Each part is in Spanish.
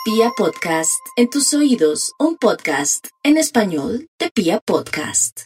Pia Podcast, en tus oídos, un podcast en español de Pia Podcast.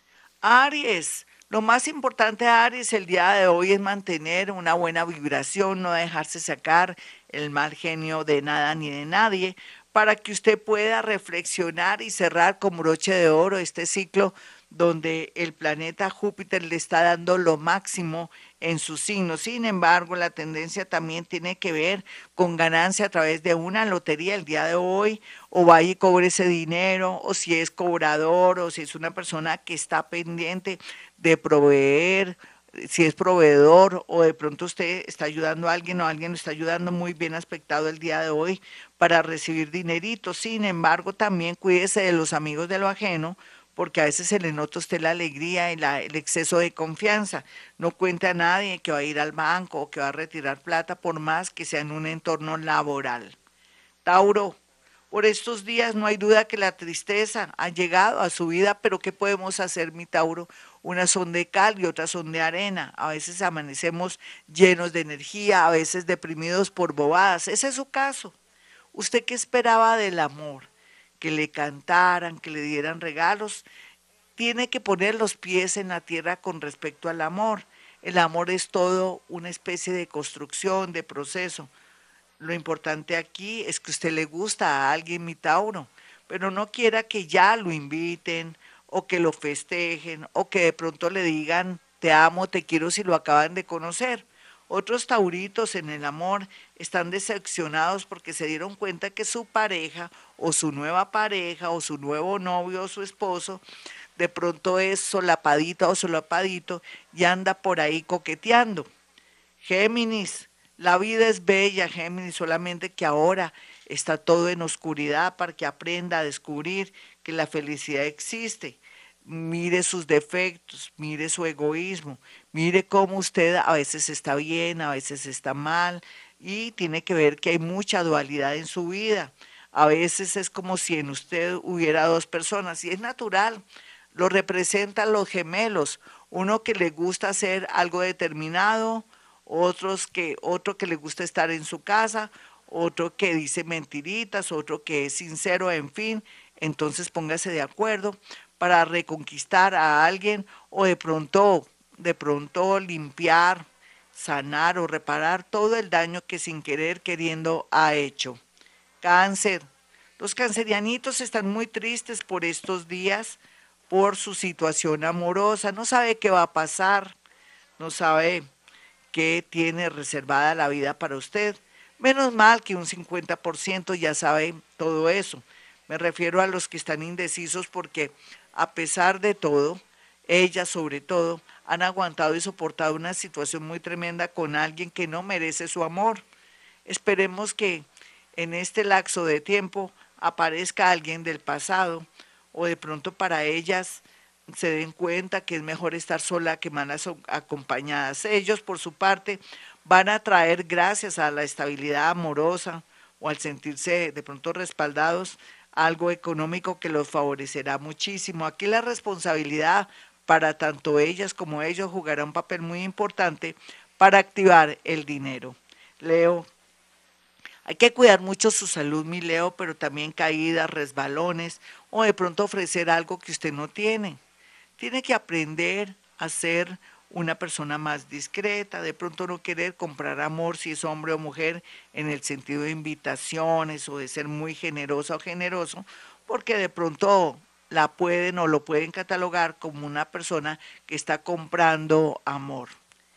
Aries, lo más importante, Aries, el día de hoy es mantener una buena vibración, no dejarse sacar el mal genio de nada ni de nadie, para que usted pueda reflexionar y cerrar con broche de oro este ciclo donde el planeta Júpiter le está dando lo máximo en su signo. Sin embargo, la tendencia también tiene que ver con ganancia a través de una lotería el día de hoy, o vaya y cobre ese dinero, o si es cobrador, o si es una persona que está pendiente de proveer, si es proveedor, o de pronto usted está ayudando a alguien o alguien lo está ayudando, muy bien aspectado el día de hoy para recibir dinerito. Sin embargo, también cuídese de los amigos de lo ajeno, porque a veces se le nota a usted la alegría y el exceso de confianza. No cuente a nadie que va a ir al banco o que va a retirar plata, por más que sea en un entorno laboral. Tauro, por estos días no hay duda que la tristeza ha llegado a su vida, pero ¿qué podemos hacer, mi Tauro? Unas son de cal y otras son de arena. A veces amanecemos llenos de energía, a veces deprimidos por bobadas. Ese es su caso. ¿Usted qué esperaba del amor? Que le cantaran, que le dieran regalos. Tiene que poner los pies en la tierra con respecto al amor. El amor es todo una especie de construcción, de proceso. Lo importante aquí es que usted le gusta a alguien, mi Tauro, pero no quiera que ya lo inviten o que lo festejen o que de pronto le digan te amo, te quiero si lo acaban de conocer. Otros tauritos en el amor están decepcionados porque se dieron cuenta que su pareja o su nueva pareja o su nuevo novio o su esposo de pronto es solapadita o solapadito y anda por ahí coqueteando. Géminis, la vida es bella, Géminis, solamente que ahora está todo en oscuridad para que aprenda a descubrir que la felicidad existe. Mire sus defectos, mire su egoísmo, mire cómo usted a veces está bien, a veces está mal, y tiene que ver que hay mucha dualidad en su vida. A veces es como si en usted hubiera dos personas, y es natural. Lo representan los gemelos, uno que le gusta hacer algo determinado, otro que le gusta estar en su casa, otro que dice mentiritas, otro que es sincero, en fin. Entonces póngase de acuerdo para reconquistar a alguien o de pronto limpiar, sanar o reparar todo el daño que sin querer queriendo ha hecho. Cáncer. Los cancerianitos están muy tristes por estos días, por su situación amorosa. No sabe qué va a pasar, no sabe qué tiene reservada la vida para usted. Menos mal que un 50% ya sabe todo eso. Me refiero a los que están indecisos porque a pesar de todo, ellas sobre todo, han aguantado y soportado una situación muy tremenda con alguien que no merece su amor. Esperemos que en este lapso de tiempo aparezca alguien del pasado o de pronto para ellas se den cuenta que es mejor estar sola que malas acompañadas. Ellos, por su parte, van a traer, gracias a la estabilidad amorosa o al sentirse de pronto respaldados, algo económico que los favorecerá muchísimo. Aquí la responsabilidad para tanto ellas como ellos jugará un papel muy importante para activar el dinero. Leo, hay que cuidar mucho su salud, mi Leo, pero también caídas, resbalones o de pronto ofrecer algo que usted no tiene. Tiene que aprender a ser una persona más discreta, de pronto no querer comprar amor si es hombre o mujer en el sentido de invitaciones o de ser muy generosa o generoso, porque de pronto la pueden o lo pueden catalogar como una persona que está comprando amor.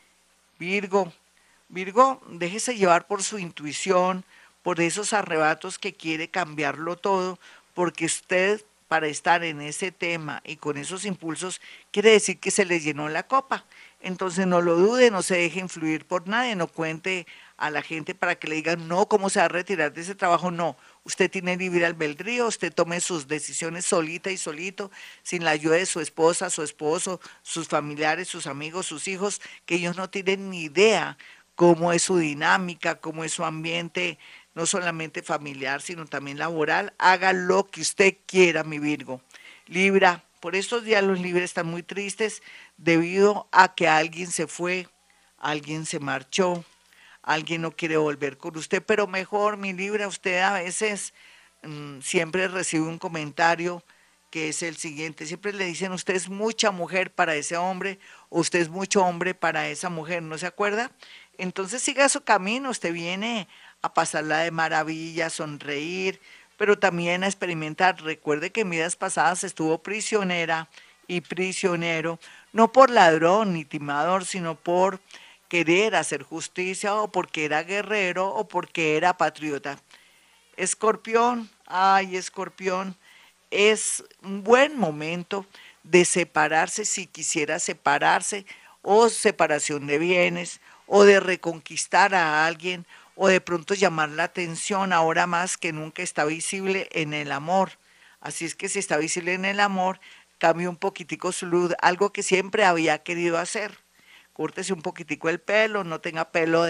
Virgo, Virgo, déjese llevar por su intuición, por esos arrebatos que quiere cambiarlo todo, porque usted para estar en ese tema y con esos impulsos quiere decir que se le llenó la copa. Entonces no lo dude, no se deje influir por nadie, no cuente a la gente para que le digan, no, ¿cómo se va a retirar de ese trabajo? No, usted tiene libre albedrío, usted tome sus decisiones solita y solito, sin la ayuda de su esposa, su esposo, sus familiares, sus amigos, sus hijos, que ellos no tienen ni idea cómo es su dinámica, cómo es su ambiente, no solamente familiar, sino también laboral. Haga lo que usted quiera, mi Virgo. Libra, por estos días los libres están muy tristes debido a que alguien se fue, alguien se marchó, alguien no quiere volver con usted, pero mejor, mi Libra, usted a veces siempre recibe un comentario que es el siguiente, siempre le dicen usted es mucha mujer para ese hombre, o usted es mucho hombre para esa mujer, ¿no se acuerda? Entonces siga su camino, usted viene a pasarla de maravilla, a sonreír, pero también a experimentar. Recuerde que en vidas pasadas estuvo prisionera y prisionero, no por ladrón ni timador, sino por querer hacer justicia o porque era guerrero o porque era patriota. Escorpión, ay, Escorpión, es un buen momento de separarse si quisiera separarse, o separación de bienes, o de reconquistar a alguien, o de pronto llamar la atención. Ahora más que nunca está visible en el amor. Así es que si está visible en el amor, cambie un poquitico su luz, algo que siempre había querido hacer. Córtese un poquitico el pelo, no tenga pelo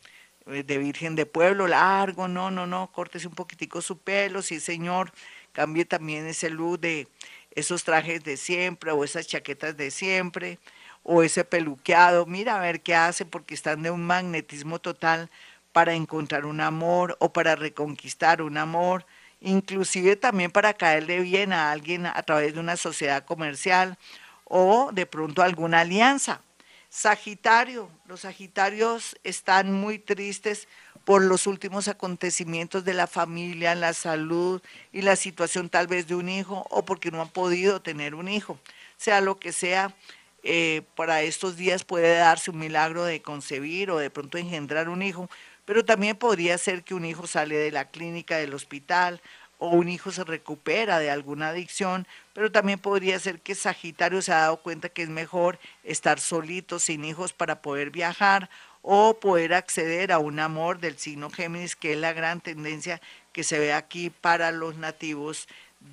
de virgen de pueblo largo, no, no, no, córtese un poquitico su pelo, sí señor, cambie también ese look de esos trajes de siempre o esas chaquetas de siempre o ese peluqueado, mira a ver qué hace porque están de un magnetismo total para encontrar un amor o para reconquistar un amor, inclusive también para caerle bien a alguien a través de una sociedad comercial o de pronto alguna alianza. Sagitario, los Sagitarios están muy tristes por los últimos acontecimientos de la familia, la salud y la situación tal vez de un hijo o porque no han podido tener un hijo. Sea lo que sea, para estos días puede darse un milagro de concebir o de pronto engendrar un hijo, pero también podría ser que un hijo sale de la clínica, del hospital, o un hijo se recupera de alguna adicción, pero también podría ser que Sagitario se ha dado cuenta que es mejor estar solito, sin hijos, para poder viajar o poder acceder a un amor del signo Géminis, que es la gran tendencia que se ve aquí para los nativos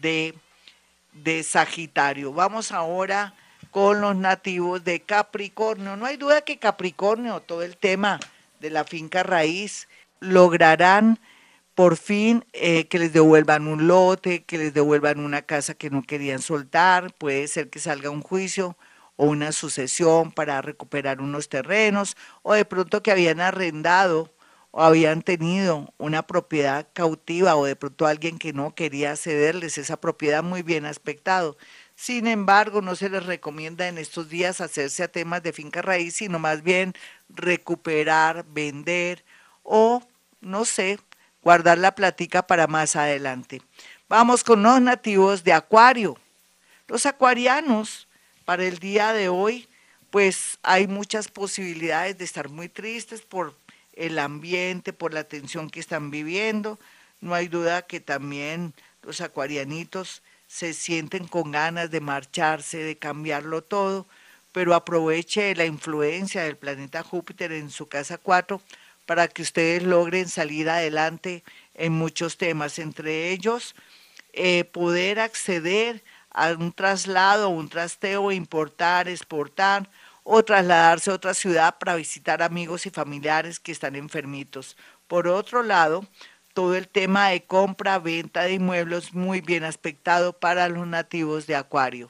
de Sagitario. Vamos ahora con los nativos de Capricornio. No hay duda que Capricornio, todo el tema de la finca raíz, lograrán por fin que les devuelvan un lote, que les devuelvan una casa que no querían soltar, puede ser que salga un juicio o una sucesión para recuperar unos terrenos, o de pronto que habían arrendado o habían tenido una propiedad cautiva, o de pronto alguien que no quería cederles esa propiedad muy bien aspectado. Sin embargo, no se les recomienda en estos días hacerse a temas de finca raíz, sino más bien recuperar, vender o, no sé, guardar la platica para más adelante. Vamos con los nativos de Acuario. Los acuarianos, para el día de hoy, pues hay muchas posibilidades de estar muy tristes por el ambiente, por la tensión que están viviendo. No hay duda que también los acuarianitos se sienten con ganas de marcharse, de cambiarlo todo, pero aproveche la influencia del planeta Júpiter en su casa 4 para que ustedes logren salir adelante en muchos temas, entre ellos poder acceder a un traslado, un trasteo, importar, exportar o trasladarse a otra ciudad para visitar amigos y familiares que están enfermitos. Por otro lado, todo el tema de compra, venta de inmuebles muy bien aspectado para los nativos de Acuario.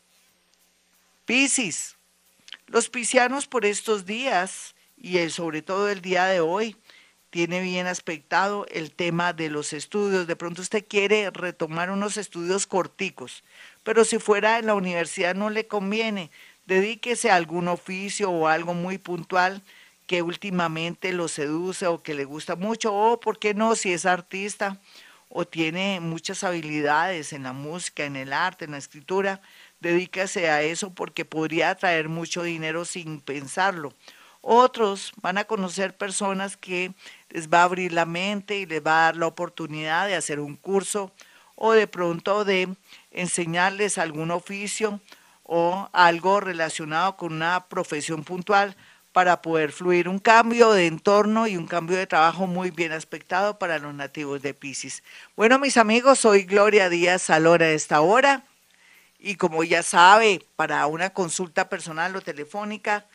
Piscis, los piscianos por estos días y sobre todo el día de hoy, tiene bien aspectado el tema de los estudios. De pronto usted quiere retomar unos estudios corticos, pero si fuera en la universidad no le conviene. Dedíquese a algún oficio o algo muy puntual que últimamente lo seduce o que le gusta mucho, o por qué no, si es artista o tiene muchas habilidades en la música, en el arte, en la escritura, dedíquese a eso porque podría traer mucho dinero sin pensarlo. Otros van a conocer personas que les va a abrir la mente y les va a dar la oportunidad de hacer un curso o de pronto de enseñarles algún oficio o algo relacionado con una profesión puntual para poder fluir un cambio de entorno y un cambio de trabajo muy bien aspectado para los nativos de Piscis. Bueno, mis amigos, soy Gloria Díaz Salón a esta hora y como ya sabe, para una consulta personal o telefónica,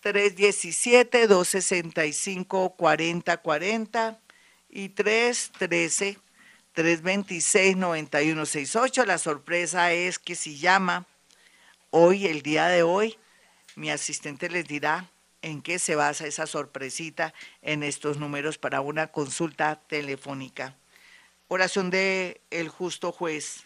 317-265-4040 y 313-326-9168. La sorpresa es que si llama hoy, el día de hoy, mi asistente les dirá en qué se basa esa sorpresita en estos números para una consulta telefónica. Oración de el justo juez.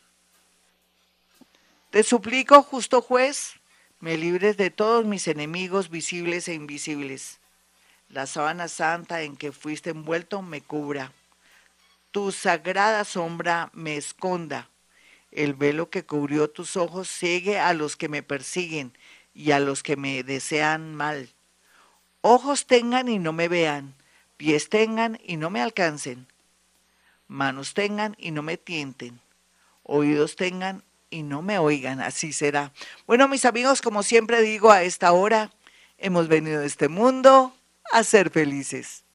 Te suplico, justo juez, me libres de todos mis enemigos visibles e invisibles. La sábana santa en que fuiste envuelto me cubra. Tu sagrada sombra me esconda. El velo que cubrió tus ojos ciegue a los que me persiguen y a los que me desean mal. Ojos tengan y no me vean, pies tengan y no me alcancen, manos tengan y no me tienten, oídos tengan y no me oigan, así será. Bueno, mis amigos, como siempre digo a esta hora, hemos venido a este mundo a ser felices.